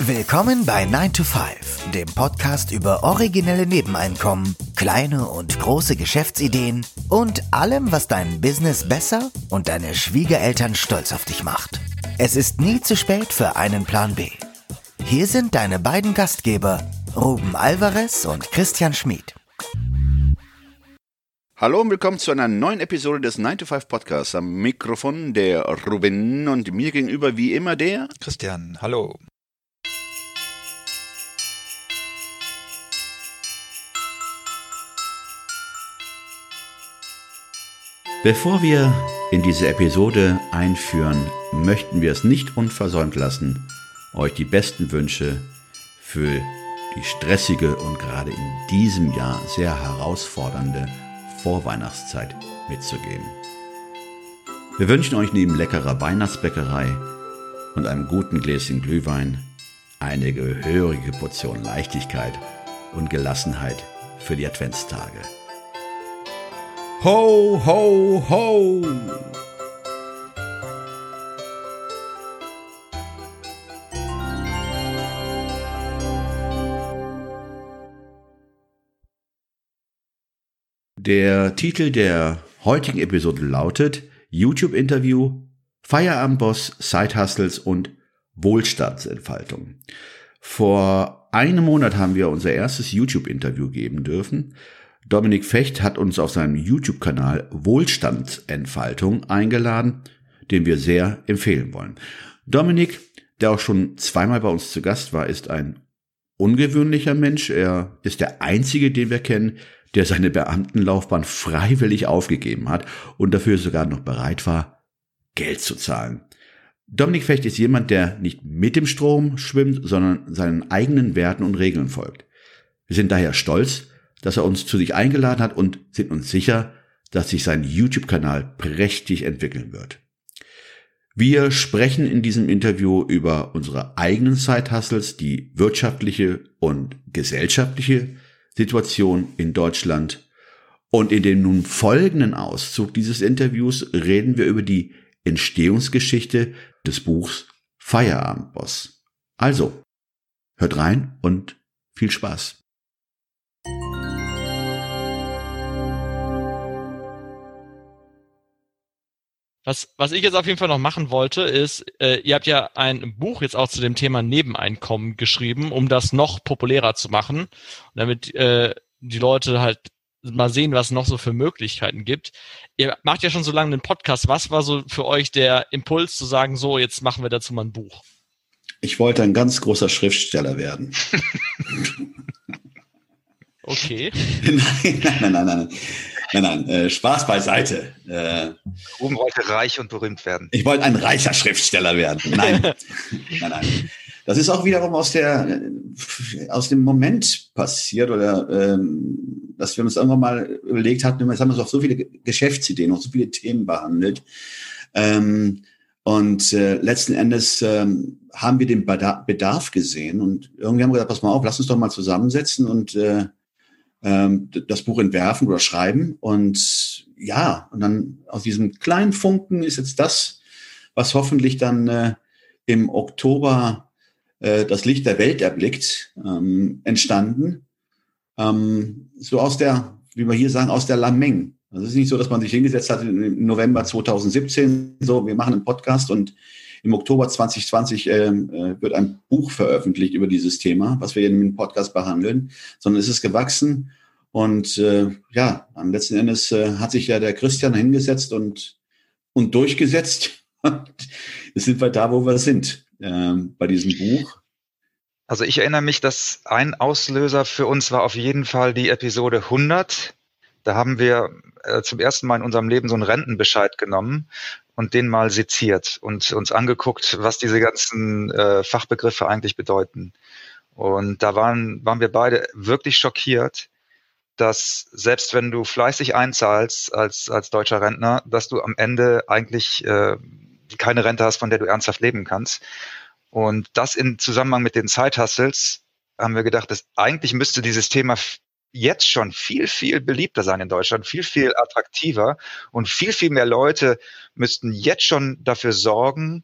Willkommen bei 9 to 5, dem Podcast über originelle Nebeneinkommen, kleine und große Geschäftsideen und allem, was dein Business besser und deine Schwiegereltern stolz auf dich macht. Es ist nie zu spät für einen Plan B. Hier sind deine beiden Gastgeber, Ruben Alvarez und Christian Schmid. Hallo und willkommen zu einer neuen Episode des 9 to 5 Podcasts. Am Mikrofon der Ruben und mir gegenüber wie immer der Christian. Hallo. Bevor wir in diese Episode einführen, möchten wir es nicht unversäumt lassen, euch die besten Wünsche für die stressige und gerade in diesem Jahr sehr herausfordernde Vorweihnachtszeit mitzugeben. Wir wünschen euch neben leckerer Weihnachtsbäckerei und einem guten Gläschen Glühwein eine gehörige Portion Leichtigkeit und Gelassenheit für die Adventstage. Ho, ho, ho! Der Titel der heutigen Episode lautet YouTube-Interview, Feierabendboss, Side-Hustles und Wohlstandsentfaltung. Vor einem Monat haben wir unser erstes YouTube-Interview geben dürfen. Dominik Fecht hat uns auf seinem YouTube-Kanal Wohlstandsentfaltung eingeladen, den wir sehr empfehlen wollen. Dominik, der auch schon zweimal bei uns zu Gast war, ist ein ungewöhnlicher Mensch. Er ist der einzige, den wir kennen, der seine Beamtenlaufbahn freiwillig aufgegeben hat und dafür sogar noch bereit war, Geld zu zahlen. Dominik Fecht ist jemand, der nicht mit dem Strom schwimmt, sondern seinen eigenen Werten und Regeln folgt. Wir sind daher stolz, dass er uns zu sich eingeladen hat und sind uns sicher, dass sich sein YouTube-Kanal prächtig entwickeln wird. Wir sprechen in diesem Interview über unsere eigenen Side-Hustles, die wirtschaftliche und gesellschaftliche Situation in Deutschland. Und in dem nun folgenden Auszug dieses Interviews reden wir über die Entstehungsgeschichte des Buchs Feierabendboss. Also, hört rein und viel Spaß. Was ich jetzt auf jeden Fall noch machen wollte, ist, ihr habt ja ein Buch jetzt auch zu dem Thema Nebeneinkommen geschrieben, um das noch populärer zu machen, damit die Leute halt mal sehen, was es noch so für Möglichkeiten gibt. Ihr macht ja schon so lange einen Podcast. Was war so für euch der Impuls zu sagen, so, jetzt machen wir dazu mal ein Buch? Ich wollte ein ganz großer Schriftsteller werden. Okay. Nein, Spaß beiseite. Ruben wollte reich und berühmt werden. Ich wollte ein reicher Schriftsteller werden. Nein. Das ist auch wiederum aus dem Moment passiert oder dass wir uns irgendwann mal überlegt hatten, jetzt haben wir so viele Geschäftsideen und so viele Themen behandelt. Letzten Endes haben wir den Bedarf gesehen und irgendwie haben wir gesagt, pass mal auf, lass uns doch mal zusammensetzen und das Buch entwerfen oder schreiben. Und ja, und dann aus diesem kleinen Funken ist jetzt das, was hoffentlich dann im Oktober das Licht der Welt erblickt, entstanden. So aus der, wie wir hier sagen, aus der Lameng. Also es ist nicht so, dass man sich hingesetzt hat im November 2017, so, wir machen einen Podcast und im Oktober 2020 wird ein Buch veröffentlicht über dieses Thema, was wir in dem Podcast behandeln, sondern es ist gewachsen und am letzten Endes hat sich ja der Christian hingesetzt und durchgesetzt. Jetzt sind wir da, wo wir sind, bei diesem Buch. Also ich erinnere mich, dass ein Auslöser für uns war auf jeden Fall die Episode 100. Da haben wir zum ersten Mal in unserem Leben so einen Rentenbescheid genommen und den mal seziert und uns angeguckt, was diese ganzen Fachbegriffe eigentlich bedeuten. Und da waren wir beide wirklich schockiert, dass selbst wenn du fleißig einzahlst als deutscher Rentner, dass du am Ende eigentlich keine Rente hast, von der du ernsthaft leben kannst. Und das in Zusammenhang mit den Side-Hustles haben wir gedacht, dass eigentlich müsste dieses Thema jetzt schon viel, viel beliebter sein in Deutschland, viel, viel attraktiver und viel, viel mehr Leute müssten jetzt schon dafür sorgen,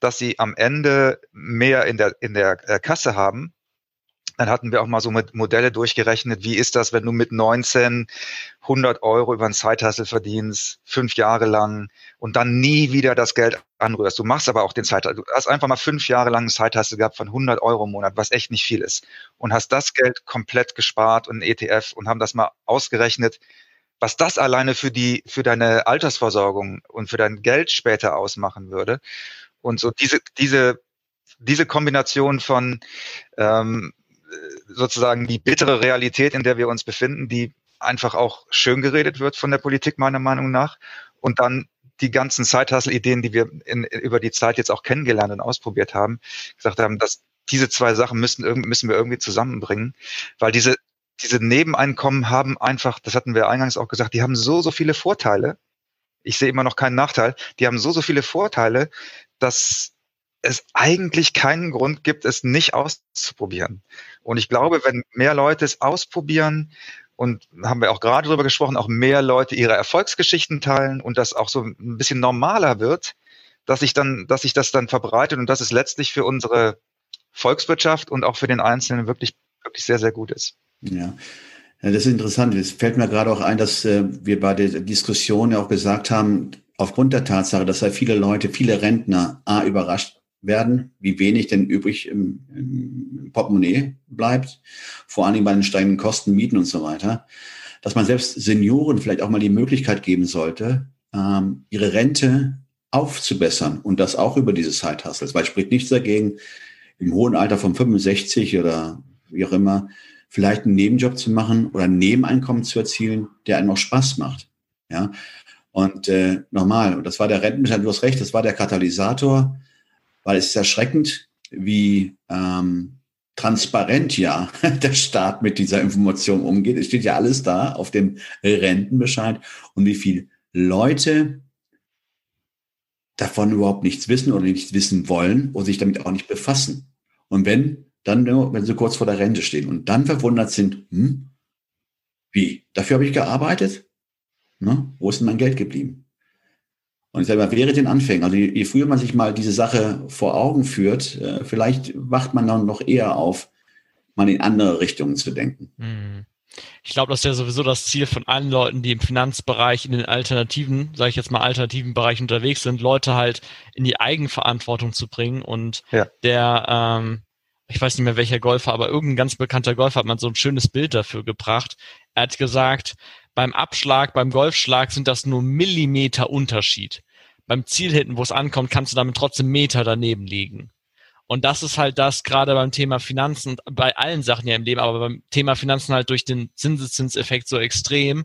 dass sie am Ende mehr in der Kasse haben. Dann hatten wir auch mal so mit Modelle durchgerechnet, wie ist das, wenn du mit 19 100 Euro über einen Side-Hustle verdienst, 5 Jahre lang und dann nie wieder das Geld anrührst. Du machst aber auch den Side-Hustle. Du hast einfach mal 5 Jahre lang einen Side-Hustle gehabt von 100 Euro im Monat, was echt nicht viel ist. Und hast das Geld komplett gespart und einen ETF und haben das mal ausgerechnet, was das alleine für deine Altersversorgung und für dein Geld später ausmachen würde. Und so diese Kombination von sozusagen die bittere Realität, in der wir uns befinden, die einfach auch schön geredet wird von der Politik, meiner Meinung nach. Und dann die ganzen Side-Hustle-Ideen, die wir über die Zeit jetzt auch kennengelernt und ausprobiert haben, gesagt haben, dass diese zwei Sachen müssen wir irgendwie zusammenbringen, weil diese Nebeneinkommen haben einfach, das hatten wir eingangs auch gesagt, die haben so viele Vorteile. Ich sehe immer noch keinen Nachteil. Die haben so viele Vorteile, dass es eigentlich keinen Grund gibt, es nicht auszuprobieren. Und ich glaube, wenn mehr Leute es ausprobieren, und haben wir auch gerade darüber gesprochen, auch mehr Leute ihre Erfolgsgeschichten teilen und das auch so ein bisschen normaler wird, dass sich das dann verbreitet und dass es letztlich für unsere Volkswirtschaft und auch für den Einzelnen wirklich sehr, sehr gut ist. Ja. Ja, das ist interessant. Es fällt mir gerade auch ein, dass wir bei der Diskussion ja auch gesagt haben, aufgrund der Tatsache, dass ja viele Rentner überrascht werden, wie wenig denn übrig im Portemonnaie bleibt, vor allen Dingen bei den steigenden Kosten, Mieten und so weiter, dass man selbst Senioren vielleicht auch mal die Möglichkeit geben sollte, ihre Rente aufzubessern und das auch über diese Side-Hustles, weil es spricht nichts dagegen, im hohen Alter von 65 oder wie auch immer, vielleicht einen Nebenjob zu machen oder ein Nebeneinkommen zu erzielen, der einem auch Spaß macht. Ja. Und nochmal, und das war der Rentenbescheid, du hast recht, das war der Katalysator, weil es ist erschreckend, wie transparent ja der Staat mit dieser Information umgeht. Es steht ja alles da auf dem Rentenbescheid und wie viele Leute davon überhaupt nichts wissen oder nichts wissen wollen oder sich damit auch nicht befassen. Und dann nur, wenn sie kurz vor der Rente stehen und dann verwundert sind, wie, dafür habe ich gearbeitet? Ne? Wo ist denn mein Geld geblieben? Und ich sage mal, wäre den Anfängen, also je früher man sich mal diese Sache vor Augen führt, vielleicht wacht man dann noch eher auf, mal in andere Richtungen zu denken. Ich glaube, das ist ja sowieso das Ziel von allen Leuten, die im Finanzbereich, in den alternativen, sage ich jetzt mal alternativen Bereichen unterwegs sind, Leute halt in die Eigenverantwortung zu bringen. Und ich weiß nicht mehr welcher Golfer, aber irgendein ganz bekannter Golfer hat mal so ein schönes Bild dafür gebracht. Er hat gesagt, beim Abschlag, beim Golfschlag sind das nur Millimeter Unterschied. Beim Zielhitten, wo es ankommt, kannst du damit trotzdem Meter daneben liegen. Und das ist halt das, gerade beim Thema Finanzen, bei allen Sachen ja im Leben, aber beim Thema Finanzen halt durch den Zinseszinseffekt so extrem.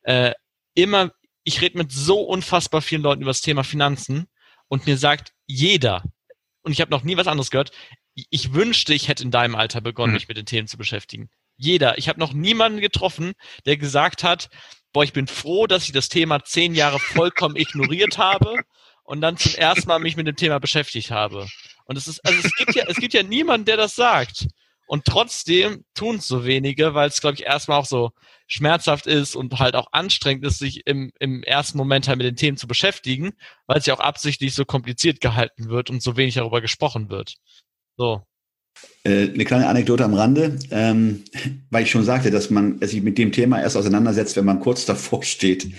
Ich rede mit so unfassbar vielen Leuten über das Thema Finanzen und mir sagt jeder, und ich habe noch nie was anderes gehört, ich wünschte, ich hätte in deinem Alter begonnen, mich mit den Themen zu beschäftigen. Jeder. Ich habe noch niemanden getroffen, der gesagt hat, boah, ich bin froh, dass ich das Thema 10 Jahre vollkommen ignoriert habe und dann zum ersten Mal mich mit dem Thema beschäftigt habe. Und es gibt ja niemanden, der das sagt. Und trotzdem tun es so wenige, weil es, glaube ich, erstmal auch so schmerzhaft ist und halt auch anstrengend ist, sich im ersten Moment halt mit den Themen zu beschäftigen, weil es ja auch absichtlich so kompliziert gehalten wird und so wenig darüber gesprochen wird. So. Eine kleine Anekdote am Rande, weil ich schon sagte, dass man sich mit dem Thema erst auseinandersetzt, wenn man kurz davor steht,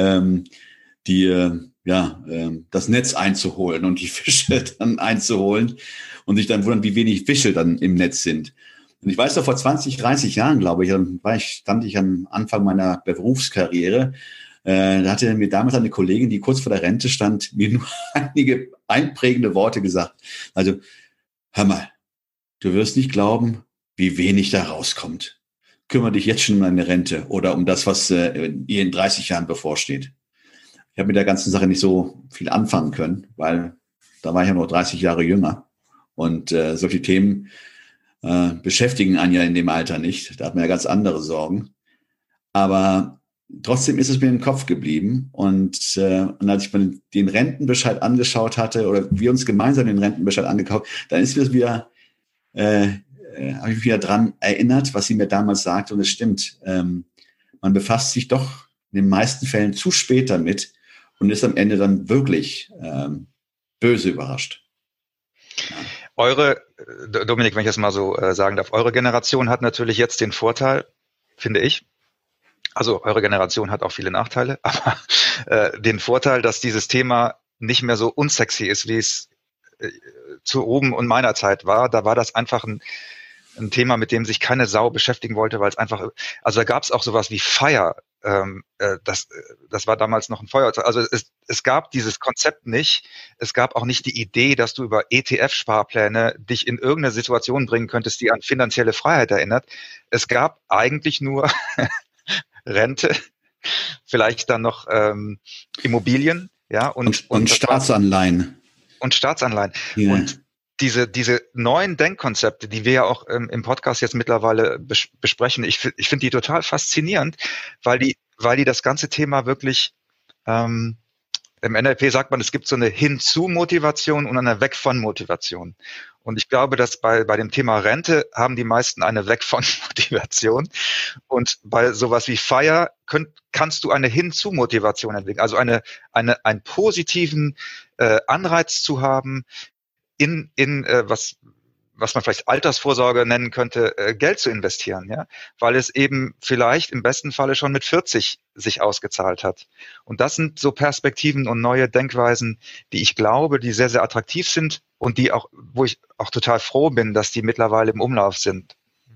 das Netz einzuholen und die Fische dann einzuholen und sich dann wundern, wie wenig Fische dann im Netz sind. Und ich weiß noch, vor 20, 30 Jahren, glaube ich, stand ich am Anfang meiner Berufskarriere, da hatte mir damals eine Kollegin, die kurz vor der Rente stand, mir nur einige einprägende Worte gesagt. Also, hör mal, du wirst nicht glauben, wie wenig da rauskommt. Kümmere dich jetzt schon um deine Rente oder um das, was ihr in 30 Jahren bevorsteht. Ich habe mit der ganzen Sache nicht so viel anfangen können, weil da war ich ja nur 30 Jahre jünger. Und solche Themen beschäftigen einen ja in dem Alter nicht. Da hat man ja ganz andere Sorgen. Aber trotzdem ist es mir im Kopf geblieben. Und als ich mir den Rentenbescheid angeschaut hatte, oder wir uns gemeinsam den Rentenbescheid angeschaut, dann ist mir wieder habe ich mich wieder dran erinnert, was sie mir damals sagte. Und es stimmt, man befasst sich doch in den meisten Fällen zu spät damit und ist am Ende dann wirklich böse überrascht. Dominik, wenn ich das mal so sagen darf, eure Generation hat natürlich jetzt den Vorteil, finde ich, also eure Generation hat auch viele Nachteile, aber den Vorteil, dass dieses Thema nicht mehr so unsexy ist, wie es zu Ruben und meiner Zeit war. Da war das einfach ein Thema, mit dem sich keine Sau beschäftigen wollte, weil es einfach, also da gab es auch sowas wie Fire. Das war damals noch ein Feuerzeug. Also es gab dieses Konzept nicht. Es gab auch nicht die Idee, dass du über ETF-Sparpläne dich in irgendeine Situation bringen könntest, die an finanzielle Freiheit erinnert. Es gab eigentlich nur Rente, vielleicht dann noch Immobilien, ja, und Staatsanleihen. Und Staatsanleihen. Yeah. Und diese neuen Denkkonzepte, die wir ja auch im Podcast jetzt mittlerweile besprechen, ich finde die total faszinierend, weil die das ganze Thema wirklich, im NLP sagt man, es gibt so eine Hinzu-Motivation und eine Weg-von-Motivation. Und ich glaube, dass bei dem Thema Rente haben die meisten eine Weg-von-Motivation. Und bei sowas wie FIRE kannst du eine Hinzu-Motivation entwickeln, also einen positiven Anreiz zu haben, was man vielleicht Altersvorsorge nennen könnte, Geld zu investieren, ja, weil es eben vielleicht im besten Falle schon mit 40 sich ausgezahlt hat. Und das sind so Perspektiven und neue Denkweisen, die ich glaube, die sehr, sehr attraktiv sind und die auch, wo ich auch total froh bin, dass die mittlerweile im Umlauf sind.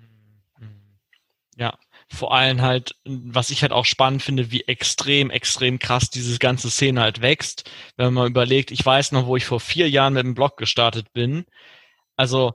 Ja, vor allem halt, was ich halt auch spannend finde, wie extrem, extrem krass diese ganze Szene halt wächst. Wenn man mal überlegt, ich weiß noch, wo ich vor 4 Jahren mit dem Blog gestartet bin. Also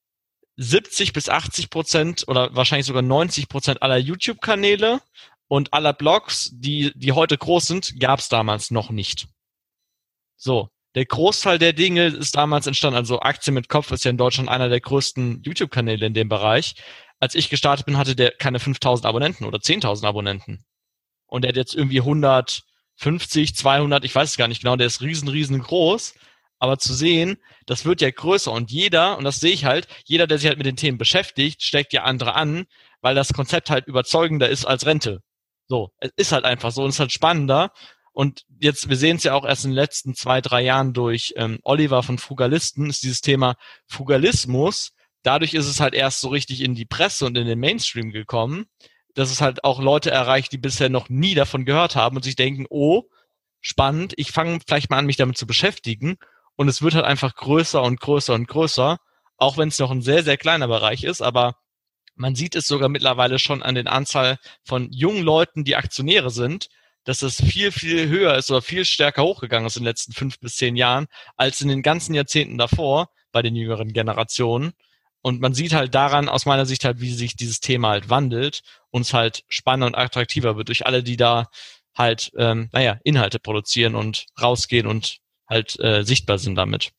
70-80% oder wahrscheinlich sogar 90% aller YouTube-Kanäle und aller Blogs, die heute groß sind, gab es damals noch nicht. So, der Großteil der Dinge ist damals entstanden. Also Aktien mit Kopf ist ja in Deutschland einer der größten YouTube-Kanäle in dem Bereich. Als ich gestartet bin, hatte der keine 5.000 Abonnenten oder 10.000 Abonnenten. Und der hat jetzt irgendwie 150, 200, ich weiß es gar nicht genau, der ist riesengroß. Aber zu sehen, das wird ja größer und das sehe ich halt, jeder, der sich halt mit den Themen beschäftigt, steckt ja andere an, weil das Konzept halt überzeugender ist als Rente. So, es ist halt einfach so und es ist halt spannender. Und jetzt, wir sehen es ja auch erst in den letzten 2-3 Jahren durch Oliver von Frugalisten, ist dieses Thema Frugalismus. Dadurch ist es halt erst so richtig in die Presse und in den Mainstream gekommen, dass es halt auch Leute erreicht, die bisher noch nie davon gehört haben und sich denken, oh, spannend, ich fange vielleicht mal an, mich damit zu beschäftigen. Und es wird halt einfach größer und größer und größer, auch wenn es noch ein sehr, sehr kleiner Bereich ist. Aber man sieht es sogar mittlerweile schon an den Anzahl von jungen Leuten, die Aktionäre sind, dass es viel, viel höher ist oder viel stärker hochgegangen ist in den letzten 5 bis 10 Jahren, als in den ganzen Jahrzehnten davor bei den jüngeren Generationen. Und man sieht halt daran, aus meiner Sicht halt, wie sich dieses Thema halt wandelt und es halt spannender und attraktiver wird durch alle, die da halt, Inhalte produzieren und rausgehen und halt sichtbar sind damit.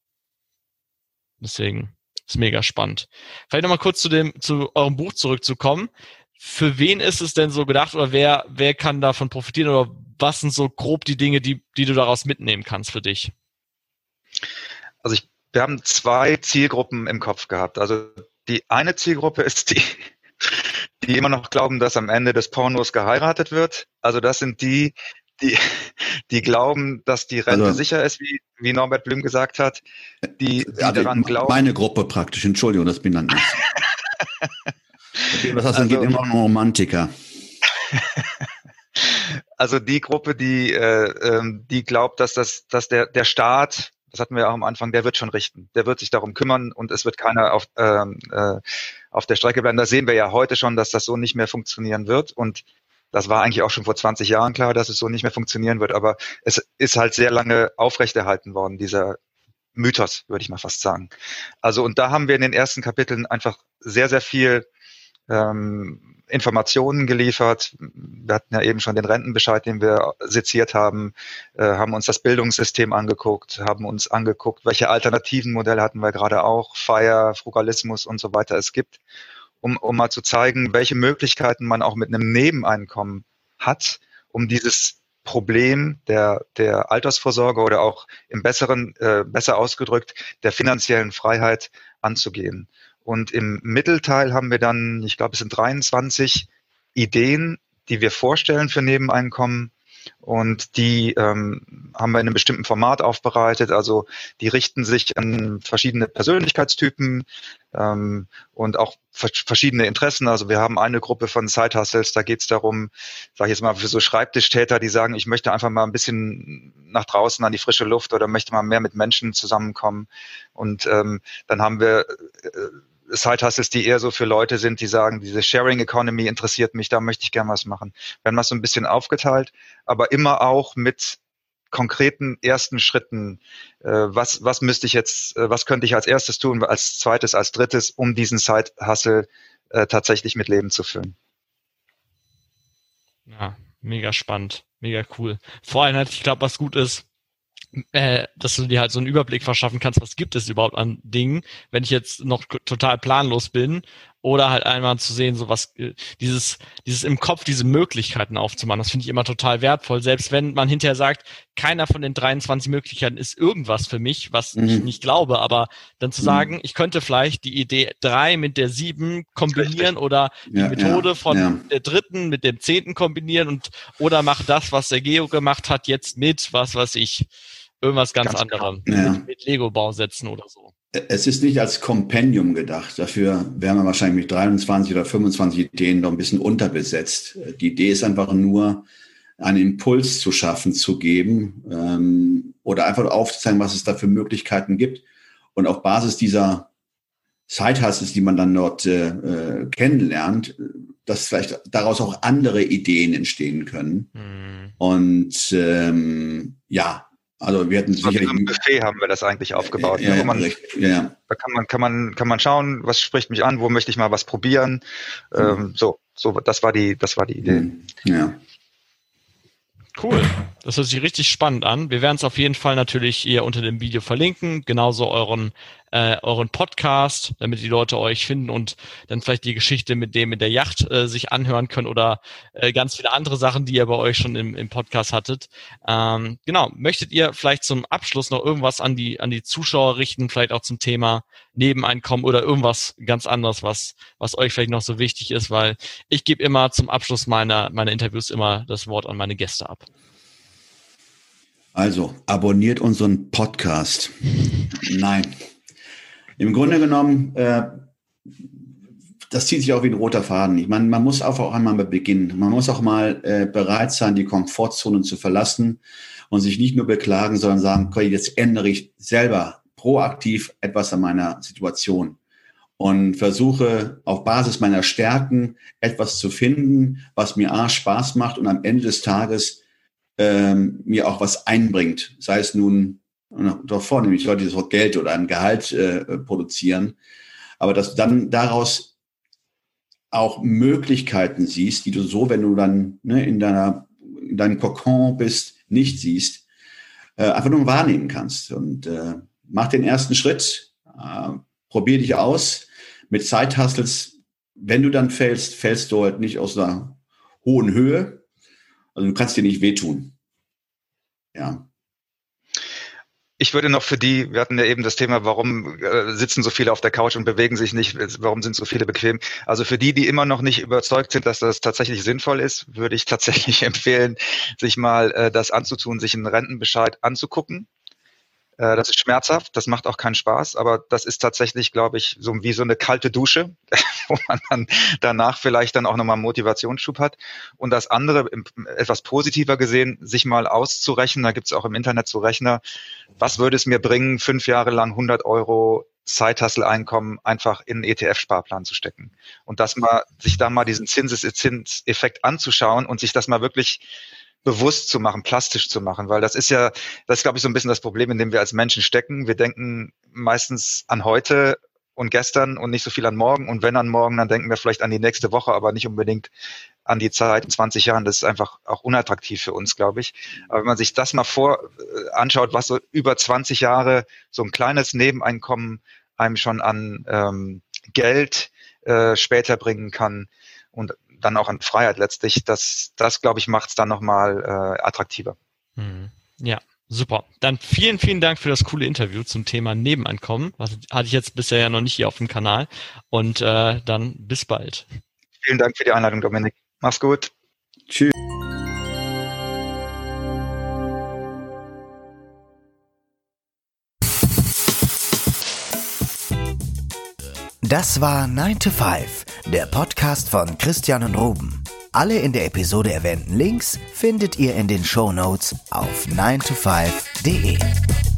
Deswegen ist mega spannend. Vielleicht nochmal kurz zu eurem Buch zurückzukommen. Für wen ist es denn so gedacht oder wer kann davon profitieren oder was sind so grob die Dinge, die du daraus mitnehmen kannst für dich? Also wir haben 2 Zielgruppen im Kopf gehabt. Also die eine Zielgruppe ist die immer noch glauben, dass am Ende des Pornos geheiratet wird. Also das sind die glauben, dass die Rente sicher ist, wie Norbert Blüm gesagt hat, die daran glauben. Meine Gruppe praktisch, Entschuldigung, das bin dann nicht. Okay, was heißt, dann geht immer um Romantiker. Also die Gruppe, die glaubt, dass der Staat, das hatten wir ja auch am Anfang, der wird schon richten. Der wird sich darum kümmern und es wird keiner auf der Strecke bleiben. Da sehen wir ja heute schon, dass das so nicht mehr funktionieren wird und das war eigentlich auch schon vor 20 Jahren klar, dass es so nicht mehr funktionieren wird, aber es ist halt sehr lange aufrechterhalten worden, dieser Mythos, würde ich mal fast sagen. Also und da haben wir in den ersten Kapiteln einfach sehr, sehr viel Informationen geliefert. Wir hatten ja eben schon den Rentenbescheid, den wir seziert haben, haben uns das Bildungssystem angeguckt, haben uns angeguckt, welche alternativen Modelle hatten wir gerade auch, FIRE, Frugalismus und so weiter es gibt. Um mal zu zeigen, welche Möglichkeiten man auch mit einem Nebeneinkommen hat, um dieses Problem der Altersvorsorge oder auch besser ausgedrückt, der finanziellen Freiheit anzugehen. Und im Mittelteil haben wir dann, ich glaube, es sind 23 Ideen, die wir vorstellen für Nebeneinkommen, Und die haben wir in einem bestimmten Format aufbereitet. Also die richten sich an verschiedene Persönlichkeitstypen und auch verschiedene Interessen. Also wir haben eine Gruppe von Side-Hustles, da geht es darum, sage ich jetzt mal, für so Schreibtischtäter, die sagen, ich möchte einfach mal ein bisschen nach draußen an die frische Luft oder möchte mal mehr mit Menschen zusammenkommen. Und dann haben wir Side-Hustles, die eher so für Leute sind, die sagen, diese Sharing Economy interessiert mich, da möchte ich gerne was machen. Wir haben das so ein bisschen aufgeteilt, aber immer auch mit konkreten ersten Schritten. Was müsste ich jetzt, was könnte ich als erstes tun, als zweites, als drittes, um diesen Side-Hustle tatsächlich mit Leben zu füllen? Ja, mega spannend, mega cool. Vor allem halt, ich glaube, was gut ist, dass du dir halt so einen Überblick verschaffen kannst, was gibt es überhaupt an Dingen, wenn ich jetzt noch total planlos bin, oder halt einmal zu sehen, so was, dieses im Kopf, diese Möglichkeiten aufzumachen, das finde ich immer total wertvoll, selbst wenn man hinterher sagt, keiner von den 23 Möglichkeiten ist irgendwas für mich, was ich nicht glaube, aber dann zu sagen, ich könnte vielleicht die Idee 3 mit der 7 kombinieren oder die Methode von der 3. mit dem 10. kombinieren oder mach das, was der Geo gemacht hat, jetzt mit, was weiß ich, irgendwas ganz anderem, mit Lego-Bausätzen oder so. Es ist nicht als Kompendium gedacht. Dafür wären wir wahrscheinlich mit 23 oder 25 Ideen noch ein bisschen unterbesetzt. Die Idee ist einfach nur, einen Impuls zu schaffen, zu geben oder einfach aufzuzeigen, was es da für Möglichkeiten gibt. Und auf Basis dieser Side-Hustles, die man dann dort kennenlernt, dass vielleicht daraus auch andere Ideen entstehen können. Und also wir hatten sicherlich ein Buffet haben wir das eigentlich aufgebaut. Da kann man schauen, was spricht mich an, wo möchte ich mal was probieren. So, das war die Idee. Ja. Cool. Das hört sich richtig spannend an. Wir werden es auf jeden Fall natürlich hier unter dem Video verlinken, genauso euren Podcast, damit die Leute euch finden und dann vielleicht die Geschichte mit der Yacht sich anhören können oder ganz viele andere Sachen, die ihr bei euch schon im Podcast hattet. Genau. Möchtet ihr vielleicht zum Abschluss noch irgendwas an die Zuschauer richten, vielleicht auch zum Thema Nebeneinkommen oder irgendwas ganz anderes, was euch vielleicht noch so wichtig ist, weil ich gebe immer zum Abschluss meiner Interviews immer das Wort an meine Gäste ab. Also, abonniert unseren Podcast. Nein. Im Grunde genommen, das zieht sich auch wie ein roter Faden. Ich meine, man muss auch einmal beginnen. Man muss auch mal bereit sein, die Komfortzone zu verlassen und sich nicht nur beklagen, sondern sagen, okay, jetzt ändere ich selber proaktiv etwas an meiner Situation und versuche auf Basis meiner Stärken etwas zu finden, was mir Spaß macht und am Ende des Tages mir auch was einbringt. Sei es nun davor, nämlich Leute, die so Geld oder ein Gehalt produzieren, aber dass du dann daraus auch Möglichkeiten siehst, die du so, wenn du dann in deinem Kokon bist, nicht siehst, einfach nur wahrnehmen kannst. Und mach den ersten Schritt, probier dich aus mit Side-Hustles. Wenn du dann fällst du halt nicht aus einer hohen Höhe. Also du kannst dir nicht wehtun. Ja. Ich würde noch wir hatten ja eben das Thema, warum sitzen so viele auf der Couch und bewegen sich nicht, warum sind so viele bequem? Also für die immer noch nicht überzeugt sind, dass das tatsächlich sinnvoll ist, würde ich tatsächlich empfehlen, sich mal das anzutun, sich einen Rentenbescheid anzugucken. Das ist schmerzhaft, das macht auch keinen Spaß, aber das ist tatsächlich, glaube ich, so wie so eine kalte Dusche, wo man dann danach vielleicht dann auch nochmal einen Motivationsschub hat. Und das andere, etwas positiver gesehen, sich mal auszurechnen, da gibt es auch im Internet so Rechner, was würde es mir bringen, 5 Jahre lang 100 € Side-Hustle-Einkommen einfach in einen ETF-Sparplan zu stecken. Und sich da mal diesen Zinseseffekt anzuschauen und sich das mal wirklich bewusst zu machen, plastisch zu machen, weil das ist, glaube ich, so ein bisschen das Problem, in dem wir als Menschen stecken. Wir denken meistens an heute und gestern und nicht so viel an morgen. Und wenn an morgen, dann denken wir vielleicht an die nächste Woche, aber nicht unbedingt an die Zeit in 20 Jahren. Das ist einfach auch unattraktiv für uns, glaube ich. Aber wenn man sich das mal anschaut, was so über 20 Jahre so ein kleines Nebeneinkommen einem schon an Geld später bringen kann und dann auch an Freiheit letztlich, das glaube ich, macht es dann nochmal attraktiver. Ja, super. Dann vielen, vielen Dank für das coole Interview zum Thema Nebeneinkommen. Das hatte ich jetzt bisher ja noch nicht hier auf dem Kanal. Und dann bis bald. Vielen Dank für die Einladung, Dominik. Mach's gut. Tschüss. Das war 9 to 5, der Podcast von Christian und Ruben. Alle in der Episode erwähnten Links findet ihr in den Shownotes auf 9to5.de.